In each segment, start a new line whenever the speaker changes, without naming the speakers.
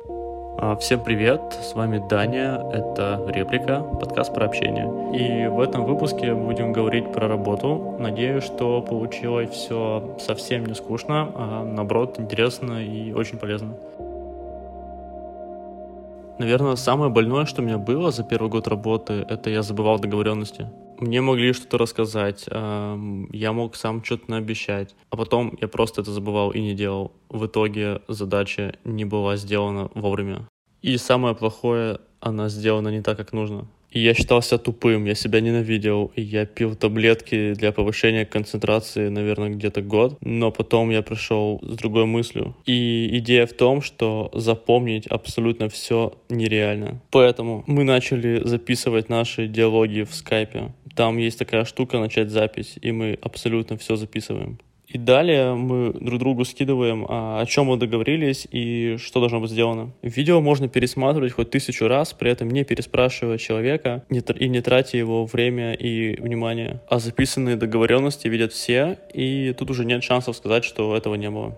Всем привет, с вами Даня, это «Реплика», подкаст про общение. И в этом выпуске будем говорить про работу. Надеюсь, что получилось все совсем не скучно, а наоборот интересно и очень полезно. Наверное, самое больное, что у меня было за первый год работы, это я забывал договоренности. Мне могли что-то рассказать, я мог сам что-то наобещать, а потом я просто это забывал и не делал. В итоге задача не была сделана вовремя. И самое плохое, она сделана не так, как нужно. И я считал себя тупым, я себя ненавидел, и я пил таблетки для повышения концентрации, наверное, где-то год. Но потом я пришел с другой мыслью. И идея в том, что запомнить абсолютно все нереально. Поэтому мы начали записывать наши диалоги в скайпе. Там есть такая штука «Начать запись», и мы абсолютно все записываем. И далее мы друг другу скидываем, о чем мы договорились и что должно быть сделано. Видео можно пересматривать хоть 1000 раз, при этом не переспрашивая человека и не тратя его время и внимание. А записанные договоренности видят все, и тут уже нет шансов сказать, что этого не было.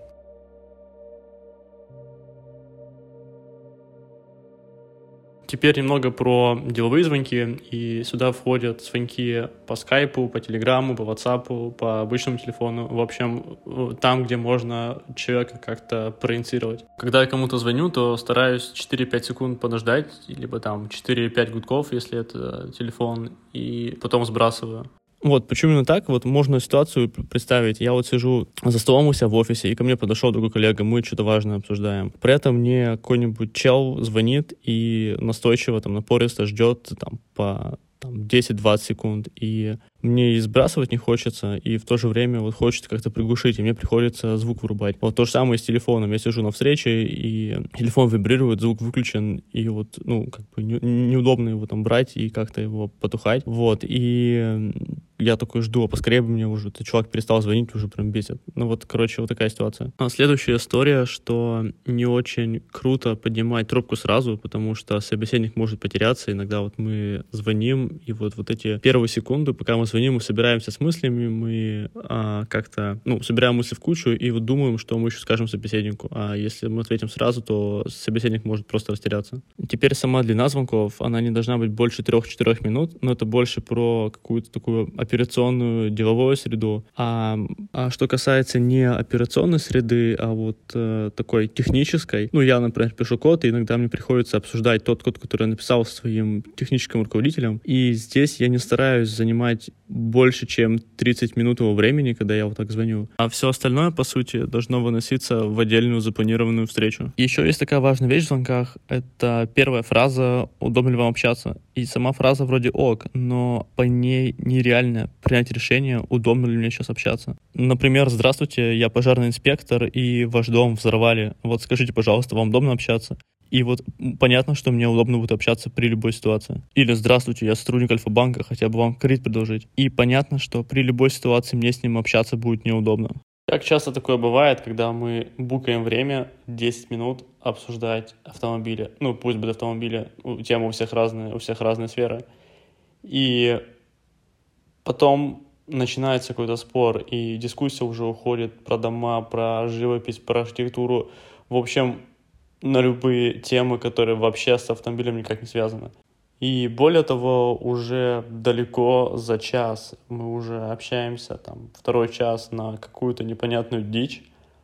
Теперь немного про деловые звонки, и сюда входят звонки по скайпу, по телеграмму, по ватсапу, по обычному телефону, в общем, там, где можно человека как-то проинициировать. Когда я кому-то звоню, то стараюсь 4-5 секунд подождать, либо там 4-5 гудков, если это телефон, и потом сбрасываю. Вот, почему именно так? Вот можно ситуацию представить. Я вот сижу за столом у себя в офисе, и ко мне подошел другой коллега, мы что-то важное обсуждаем. При этом мне какой-нибудь чел звонит и настойчиво, напористо ждет по 10-20 секунд, и мне и сбрасывать не хочется, и в то же время вот хочется как-то приглушить, и мне приходится звук вырубать. Вот то же самое с телефоном. Я сижу на встрече, и телефон вибрирует, звук выключен, и вот, неудобно его брать и как-то его потухать. Вот, и я такой жду, а поскорее бы мне уже этот чувак перестал звонить, уже прям бесит. Вот такая ситуация. Следующая история, что не очень круто поднимать трубку сразу, потому что собеседник может потеряться. Иногда вот мы звоним, и вот эти первые секунды, пока мы звоним, мы собираемся с мыслями, мы собираем мысли в кучу и вот думаем, что мы еще скажем собеседнику. А если мы ответим сразу, то собеседник может просто растеряться. Теперь сама длина звонков, она не должна быть больше 3-4 минут, но это больше про какую-то такую операционную деловую среду. А что касается не операционной среды, а вот такой технической, я, например, пишу код, и иногда мне приходится обсуждать тот код, который я написал со своим техническим руководителем, и здесь я не стараюсь занимать больше, чем 30 минут его времени, когда я вот так звоню. А все остальное, по сути, должно выноситься в отдельную запланированную встречу. И еще есть такая важная вещь в звонках, это первая фраза «Удобно ли вам общаться?». И сама фраза вроде ок, но по ней нереально принять решение, удобно ли мне сейчас общаться. Например, «Здравствуйте, я пожарный инспектор, и ваш дом взорвали. Вот скажите, пожалуйста, вам удобно общаться?» И вот понятно, что мне удобно будет общаться при любой ситуации. Или «Здравствуйте, я сотрудник Альфа-банка, хотя бы вам кредит предложить». И понятно, что при любой ситуации мне с ним общаться будет неудобно. Как часто такое бывает, когда мы букаем время 10 минут обсуждать автомобили. Пусть будет автомобили, тема у всех разные сферы. И потом начинается какой-то спор, и дискуссия уже уходит про дома, про живопись, про архитектуру. В общем, на любые темы, которые вообще с автомобилем никак не связаны. И более того, уже далеко за час мы уже общаемся, второй час на какую-то непонятную дичь.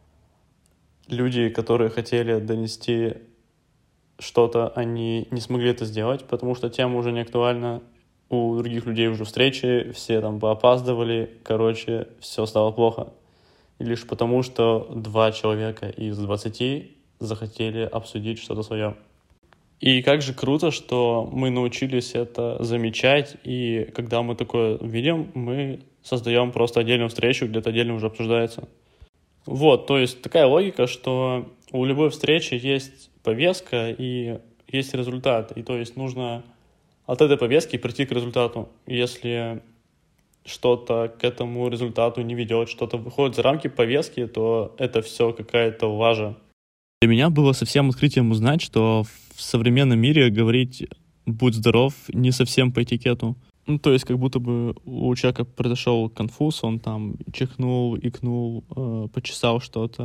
Люди, которые хотели донести что-то, они не смогли это сделать, потому что тема уже не актуальна. У других людей уже встречи, все поопаздывали, все стало плохо. И лишь потому, что 2 человека из 20 захотели обсудить что-то свое. И как же круто, что мы научились это замечать, и когда мы такое видим, мы создаем просто отдельную встречу, где-то отдельно уже обсуждается. Вот, то есть такая логика, что у любой встречи есть повестка и есть результат, и то есть нужно от этой повестки прийти к результату. Если что-то к этому результату не ведет, что-то выходит за рамки повестки, то это все какая-то лажа. Для меня было совсем открытием узнать, что в современном мире говорить «будь здоров» не совсем по этикету. То есть как будто бы у человека произошел конфуз, он чихнул, икнул, почесал что-то.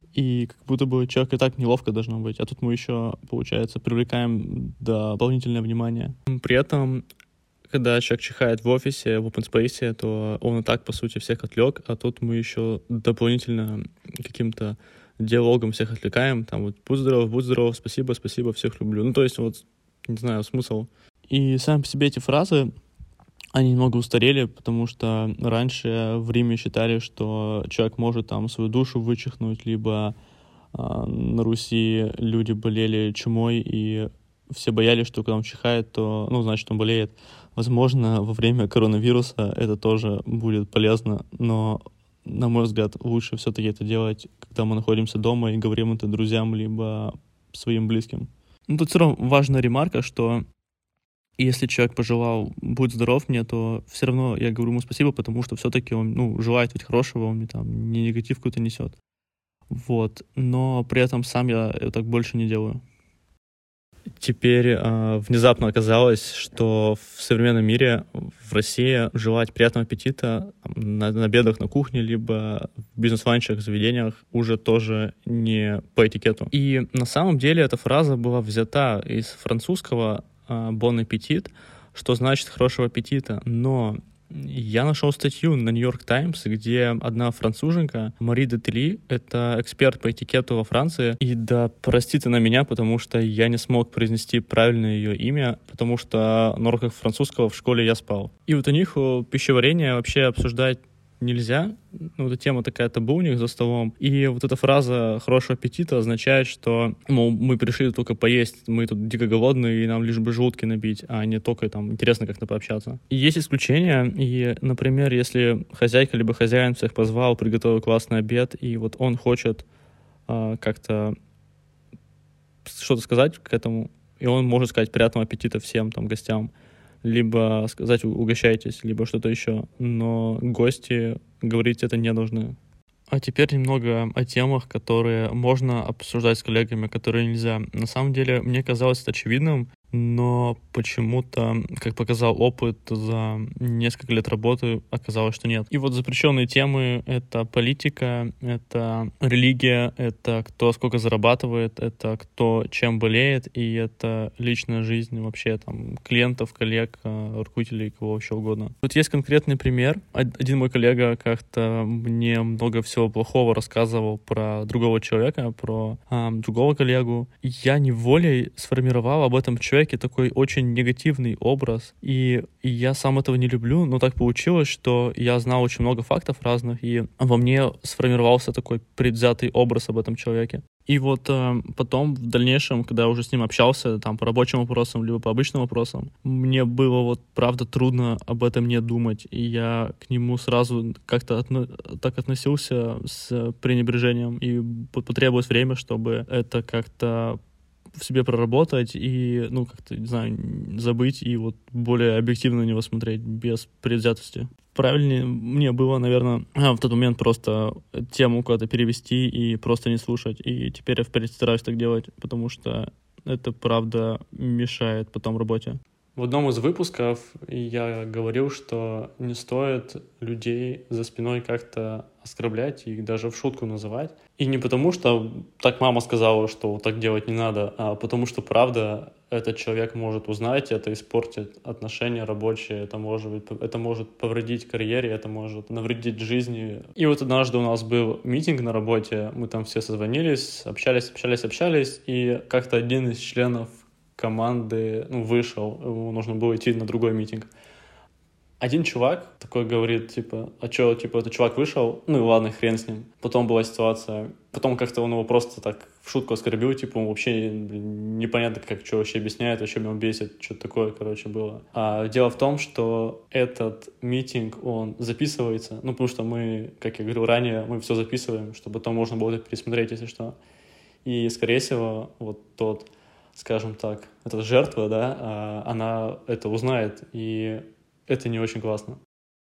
И как будто бы человеку и так неловко должно быть, а тут мы еще, получается, привлекаем дополнительное внимание. При этом, когда человек чихает в офисе, в open space, то он и так, по сути, всех отвлек, а тут мы еще дополнительно каким-то диалогом всех отвлекаем, там вот будь здоров, спасибо, всех люблю. Ну, то есть вот, не знаю, смысл. И сами по себе эти фразы, они немного устарели, потому что раньше в Риме считали, что человек может там свою душу вычихнуть, либо на Руси люди болели чумой, и все боялись, что когда он чихает, то, ну, значит, он болеет. Возможно, во время коронавируса это тоже будет полезно, но, на мой взгляд, лучше все-таки это делать, когда мы находимся дома и говорим это друзьям, либо своим близким. Ну, тут все равно важная ремарка, что если человек пожелал «будь здоров» мне, то все равно я говорю ему спасибо, потому что все-таки он, ну, желает ведь хорошего, он мне там не негатив какой-то несет. Вот. Но при этом сам я так больше не делаю. Теперь внезапно оказалось, что в современном мире в России желать приятного аппетита на обедах на кухне, либо в бизнес-ланчах, заведениях уже тоже не по этикету. И на самом деле эта фраза была взята из французского «bon appétit», что значит «хорошего аппетита», но я нашел статью на New York Times, где одна француженка, Мари де Тели, это эксперт по этикету во Франции, и да простит она меня, потому что я не смог произнести правильное ее имя, потому что на уроках французского в школе я спал. И вот у них пищеварение вообще обсуждать нельзя, ну, эта тема такая табу у них за столом, и вот эта фраза «хорошего аппетита» означает, что, мол, мы пришли только поесть, мы тут дико голодные, и нам лишь бы желудки набить, а не только там интересно как-то пообщаться. И есть исключения, и, например, если хозяйка либо хозяин всех позвал, приготовил классный обед, и вот он хочет как-то что-то сказать к этому, и он может сказать «приятного аппетита всем там гостям», либо сказать «угощайтесь», либо что-то еще. Но гости говорить это не должны. А теперь немного о темах, которые можно обсуждать с коллегами, которые нельзя. На самом деле, мне казалось это очевидным, но почему-то, как показал опыт за несколько лет работы, оказалось, что нет. И вот запрещенные темы — это политика, это религия, это кто сколько зарабатывает, это кто чем болеет, и это личная жизнь вообще там клиентов, коллег, руководителей, кого вообще угодно. Вот есть конкретный пример. Один мой коллега как-то мне много всего плохого рассказывал про другого человека, про другого коллегу. И я неволей сформировал об этом человеке такой очень негативный образ, и я сам этого не люблю, но так получилось, что я знал очень много фактов разных, и во мне сформировался такой предвзятый образ об этом человеке. И вот потом, в дальнейшем, когда я уже с ним общался, там, по рабочим вопросам, либо по обычным вопросам, мне было вот, правда, трудно об этом не думать, и я к нему сразу как-то так относился с пренебрежением, и потребовалось время, чтобы это как-то в себе проработать и, ну, как-то, не знаю, забыть и вот более объективно на него смотреть, без предвзятости. Правильнее мне было, наверное, в тот момент просто тему куда-то перевести и просто не слушать. И теперь я впредь стараюсь так делать, потому что это, правда, мешает потом работе. В одном из выпусков я говорил, что не стоит людей за спиной как-то оскорблять и их даже в шутку называть. И не потому, что так мама сказала, что так делать не надо, а потому что, правда, этот человек может узнать, это испортит отношения рабочие, это может повредить карьере, это может навредить жизни. И вот однажды у нас был митинг на работе, мы там все созвонились, общались, и как-то один из членов команды, вышел, ему нужно было идти на другой митинг. Один чувак такой говорит, а что, этот чувак вышел, ну и ладно, хрен с ним. Потом была ситуация, потом как-то он его просто так в шутку оскорбил, он вообще непонятно, что вообще объясняет, вообще меня бесит, что-то такое, было. А дело в том, что этот митинг, он записывается, потому что мы, как я говорил ранее, мы все записываем, чтобы потом можно было это пересмотреть, если что. И, скорее всего, вот тот, скажем так, эта жертва, да, она это узнает, и это не очень классно.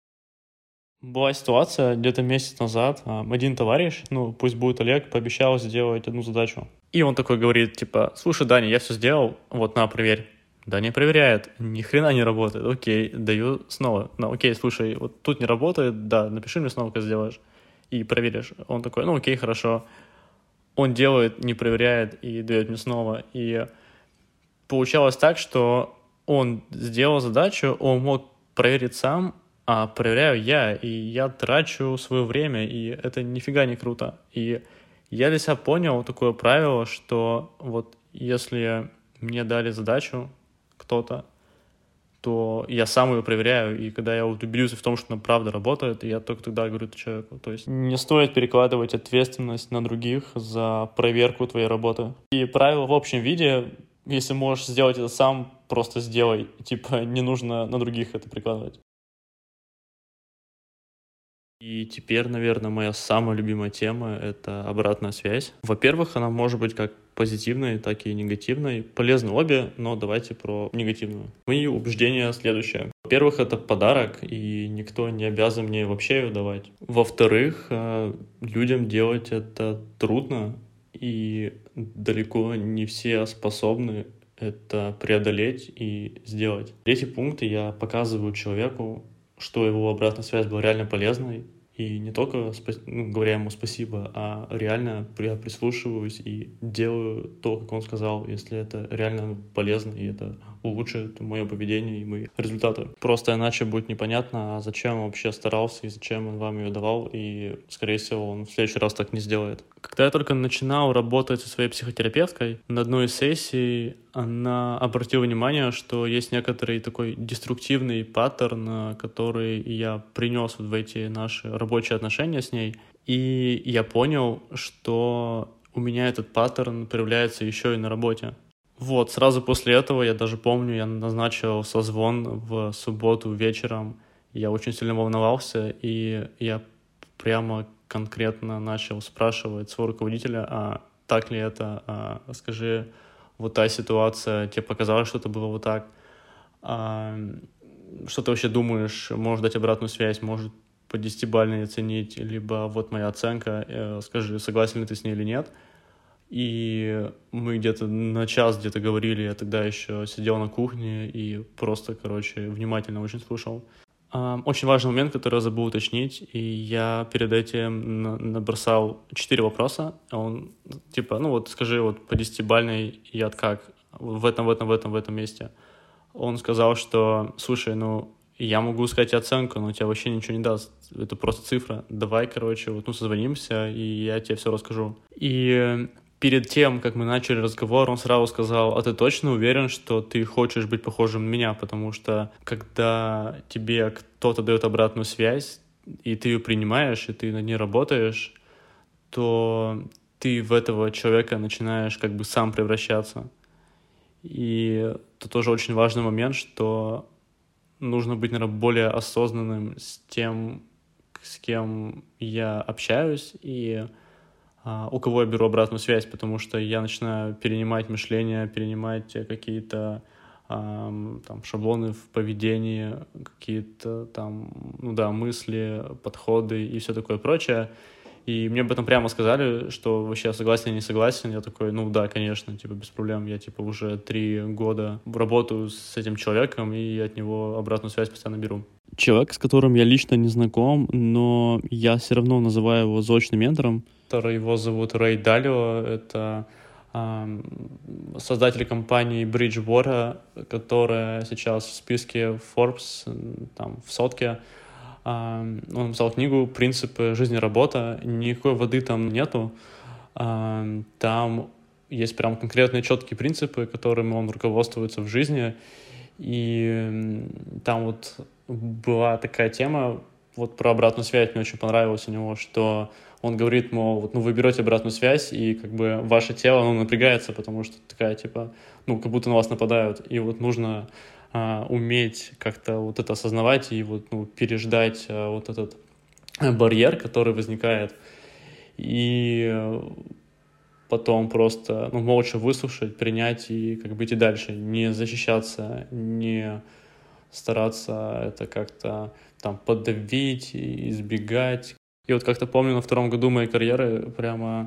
Была ситуация где-то месяц назад. Один товарищ, пусть будет Олег, пообещал сделать одну задачу. И он такой говорит, слушай, Даня, я все сделал, вот, на, проверь. Даня проверяет, ни хрена не работает. Окей, даю снова. Окей, слушай, вот тут не работает, да, напиши мне снова, как сделаешь. И проверишь. Он такой, окей, хорошо. он делает, не проверяет и дает мне снова. И получалось так, что он сделал задачу, он мог проверить сам, а проверяю я, и я трачу свое время, и это нифига не круто. И я для себя понял такое правило, что вот если мне дали задачу кто-то, то я сам ее проверяю, и когда я вот убедился в том, что она правда работает, я только тогда говорю это человеку. То есть не стоит перекладывать ответственность на других за проверку твоей работы. И правило в общем виде, если можешь сделать это сам, просто сделай. Типа не нужно на других это прикладывать. И теперь, наверное, моя самая любимая тема — это обратная связь. Во-первых, она может быть как позитивной, так и негативной. Полезны обе, но давайте про негативную. Мои убеждения следующие. Во-первых, это подарок, и никто не обязан мне вообще ее давать. Во-вторых, людям делать это трудно, и далеко не все способны это преодолеть и сделать. Третий пункт: я показываю человеку, что его обратная связь была реально полезной, и не только говоря ему спасибо, а реально я прислушиваюсь и делаю то, как он сказал, если это реально полезно, и это улучшит мое поведение и мои результаты. Просто иначе будет непонятно, а зачем он вообще старался и зачем он вам ее давал, и, скорее всего, он в следующий раз так не сделает. Когда я только начинал работать со своей психотерапевткой, на одной из сессий она обратила внимание, что есть некоторый такой деструктивный паттерн, который я принес вот в эти наши рабочие отношения с ней. И я понял, что у меня этот паттерн проявляется еще и на работе. Вот, сразу после этого, я даже помню, я назначил созвон в субботу вечером. Я очень сильно волновался, и я прямо конкретно начал спрашивать своего руководителя, а так ли это, скажи, вот та ситуация, тебе показалось, что это было вот так. Что ты вообще думаешь? Можешь дать обратную связь, может по 10-бальной оценить, либо вот моя оценка, скажи, согласен ли ты с ней или нет. И мы где-то на час где-то говорили, я тогда еще сидел на кухне и просто, внимательно очень слушал. Очень важный момент, который я забыл уточнить, и я перед этим набросал 4 вопроса. Он типа, скажи, вот по 10-бальной я как в этом месте. Он сказал, что, слушай, я могу сказать оценку, но тебе вообще ничего не даст. Это просто цифра. Давай, созвонимся, и я тебе все расскажу. И перед тем, как мы начали разговор, он сразу сказал: а ты точно уверен, что ты хочешь быть похожим на меня? Потому что когда тебе кто-то дает обратную связь, и ты ее принимаешь, и ты над ней работаешь, то ты в этого человека начинаешь сам превращаться. И это тоже очень важный момент, что нужно быть, наверное, более осознанным с тем, с кем я общаюсь, и у кого я беру обратную связь, потому что я начинаю перенимать мышление, перенимать какие-то шаблоны в поведении, какие-то мысли, подходы и все такое прочее. И мне об этом прямо сказали, что вообще согласен или не согласен. Я такой, да, конечно, без проблем. Я уже 3 года работаю с этим человеком, и от него обратную связь постоянно беру. Человек, с которым я лично не знаком, но я все равно называю его заочным ментором. Его зовут Рэй Далио, это создатель компании Bridgewater, которая сейчас в списке Forbes, в сотке. Он написал книгу «Принципы жизни и работы». Никакой воды там нету. Там есть прям конкретные четкие принципы, которыми он руководствуется в жизни. И там была такая тема, про обратную связь мне очень понравилось у него, что он говорит, мол, вы берете обратную связь, и ваше тело, напрягается, потому что такая, как будто на вас нападают. И нужно уметь как-то это осознавать и переждать этот барьер, который возникает, и потом просто молча выслушать, принять и идти дальше, не защищаться, не стараться это как-то подавить, избегать. И как-то помню, на 2-м году моей карьеры прямо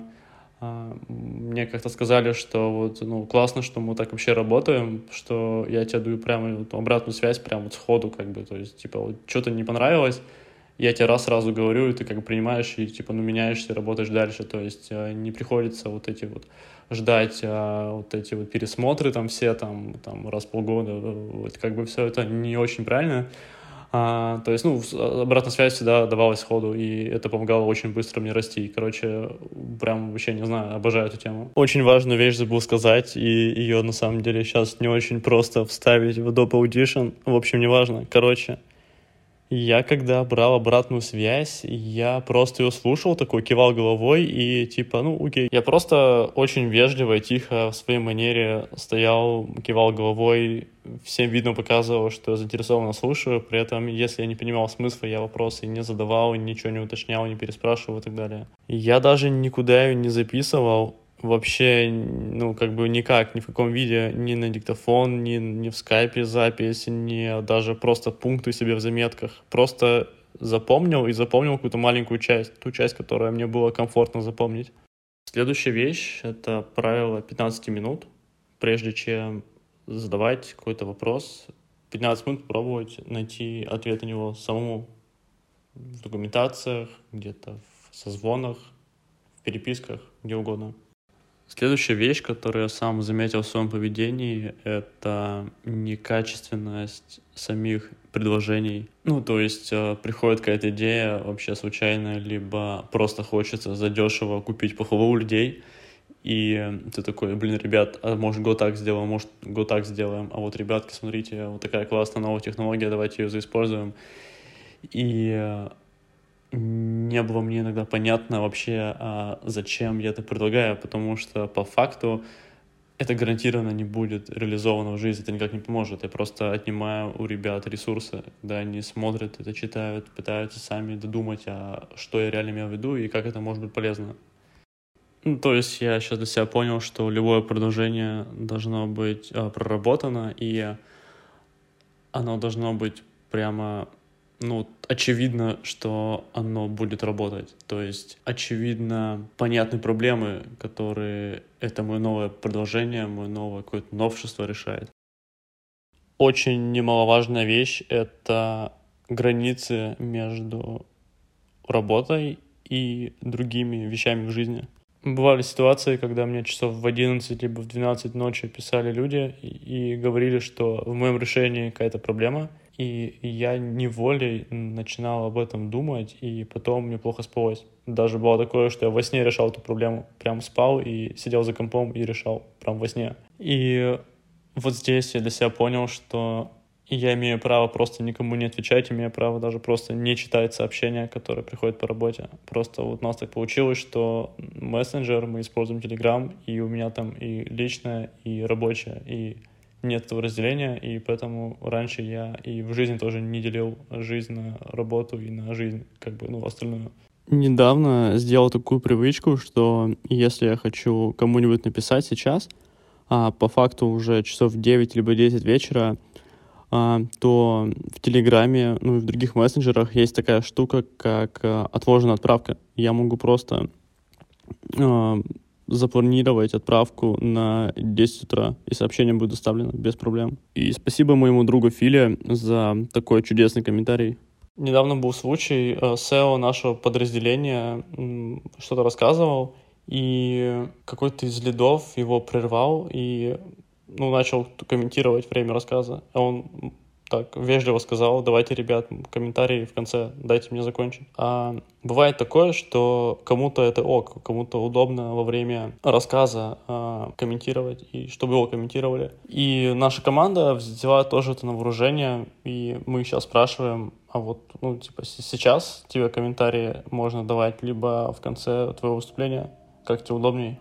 мне как-то сказали, что классно, что мы так вообще работаем, что я тебе даю прямо обратную связь прямо сходу, то есть, что-то не понравилось, я тебе сразу говорю, и ты как бы принимаешь, и типа, ну, меняешься, работаешь дальше, то есть не приходится вот эти вот ждать вот эти вот пересмотры там все там раз в полгода, вот как бы все это не очень правильно. То есть, ну, обратная связь всегда давалась сходу, и это помогало очень быстро мне расти. И, короче, прям вообще, не знаю, обожаю эту тему. Очень важную вещь забыл сказать, и ее на самом деле сейчас не очень просто вставить в Adobe Audition. В общем, неважно. Короче, я когда брал обратную связь, я просто ее слушал, такой кивал головой и типа, ну окей. Я просто очень вежливо и тихо в своей манере стоял, кивал головой, всем видно показывал, что я заинтересованно слушаю. При этом, если я не понимал смысла, я вопросы не задавал, ничего не уточнял, не переспрашивал и так далее. Я даже никуда ее не записывал. Вообще, ну, как бы никак, ни в каком виде, ни на диктофон, ни в скайпе запись, ни даже просто пункты себе в заметках. Просто запомнил какую-то маленькую часть, ту часть, которую мне было комфортно запомнить. Следующая вещь — это правило 15 минут. Прежде чем задавать какой-то вопрос, 15 минут пробовать найти ответ на него самому в документациях, где-то в созвонах, в переписках, где угодно. Следующая вещь, которую я сам заметил в своем поведении, это некачественность самих предложений. Ну, то есть приходит какая-то идея вообще случайно, либо просто хочется задешево купить похвалу у людей, и ты такой, блин, ребят, а может год так сделаем, может год так сделаем, а вот, ребятки, смотрите, вот такая классная новая технология, давайте ее заиспользуем. И не было мне иногда понятно вообще, зачем я это предлагаю, потому что по факту это гарантированно не будет реализовано в жизни, это никак не поможет. Я просто отнимаю у ребят ресурсы, когда они смотрят это, читают, пытаются сами додумать, что я реально имею в виду и как это может быть полезно. Ну, то есть я сейчас для себя понял, что любое предложение должно быть проработано, и оно должно быть прямо, ну, очевидно, что оно будет работать. То есть, очевидно, понятны проблемы, которые это мое новое предложение, мое новое какое-то новшество решает. Очень немаловажная вещь — это границы между работой и другими вещами в жизни. Бывали ситуации, когда мне часов в 11 либо в 12 ночи писали люди и говорили, что в моем решении какая-то проблема, и я неволей начинал об этом думать, и потом мне плохо спалось. Даже было такое, что я во сне решал эту проблему. Прям спал и сидел за компом и решал прям во сне. И вот здесь я для себя понял, что я имею право просто никому не отвечать, имею право даже просто не читать сообщения, которые приходят по работе. Просто вот у нас так получилось, что мессенджер, мы используем Telegram, и у меня там и личное, и рабочее, и нет этого разделения, и поэтому раньше я и в жизни тоже не делил жизнь на работу и на жизнь, как бы, ну, остальную. Недавно сделал такую привычку, что если я хочу кому-нибудь написать сейчас, по факту уже часов 9 либо 10 вечера, то в Телеграме, ну и в других мессенджерах есть такая штука, как отложенная отправка. Я могу просто запланировать отправку на 10 утра, и сообщение будет доставлено без проблем. И спасибо моему другу Филе за такой чудесный комментарий. Недавно был случай, SEO нашего подразделения что-то рассказывал, и какой-то из лидов его прервал и начал комментировать время рассказа. А он так вежливо сказал: давайте, ребят, комментарии в конце, дайте мне закончить. Бывает такое, что кому-то это ок, кому-то удобно во время рассказа комментировать, и чтобы его комментировали. И наша команда взяла тоже это на вооружение, и мы сейчас спрашиваем, сейчас тебе комментарии можно давать либо в конце твоего выступления, как тебе удобнее.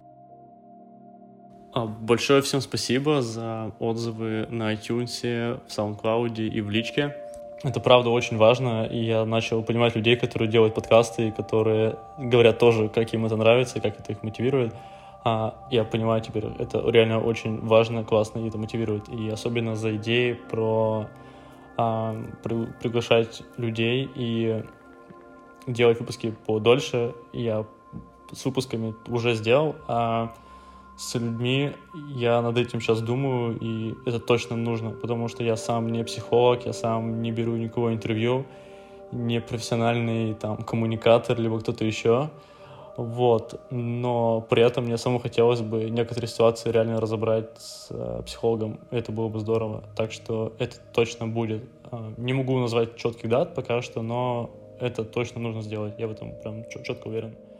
Большое всем спасибо за отзывы на iTunes, в SoundCloud и в личке. Это правда очень важно, и я начал понимать людей, которые делают подкасты, и которые говорят тоже, как им это нравится, как это их мотивирует. Я понимаю теперь, это реально очень важно, классно, и это мотивирует. И особенно за идеи про приглашать людей и делать выпуски подольше. Я с выпусками уже сделал, с людьми я над этим сейчас думаю, и это точно нужно, потому что я сам не психолог, я сам не беру никакого интервью, не профессиональный там коммуникатор, либо кто-то еще. Вот. Но при этом мне самому хотелось бы некоторые ситуации реально разобрать с психологом. Это было бы здорово. Так что это точно будет. Не могу назвать четких дат пока что, но это точно нужно сделать. Я в этом прям четко уверен.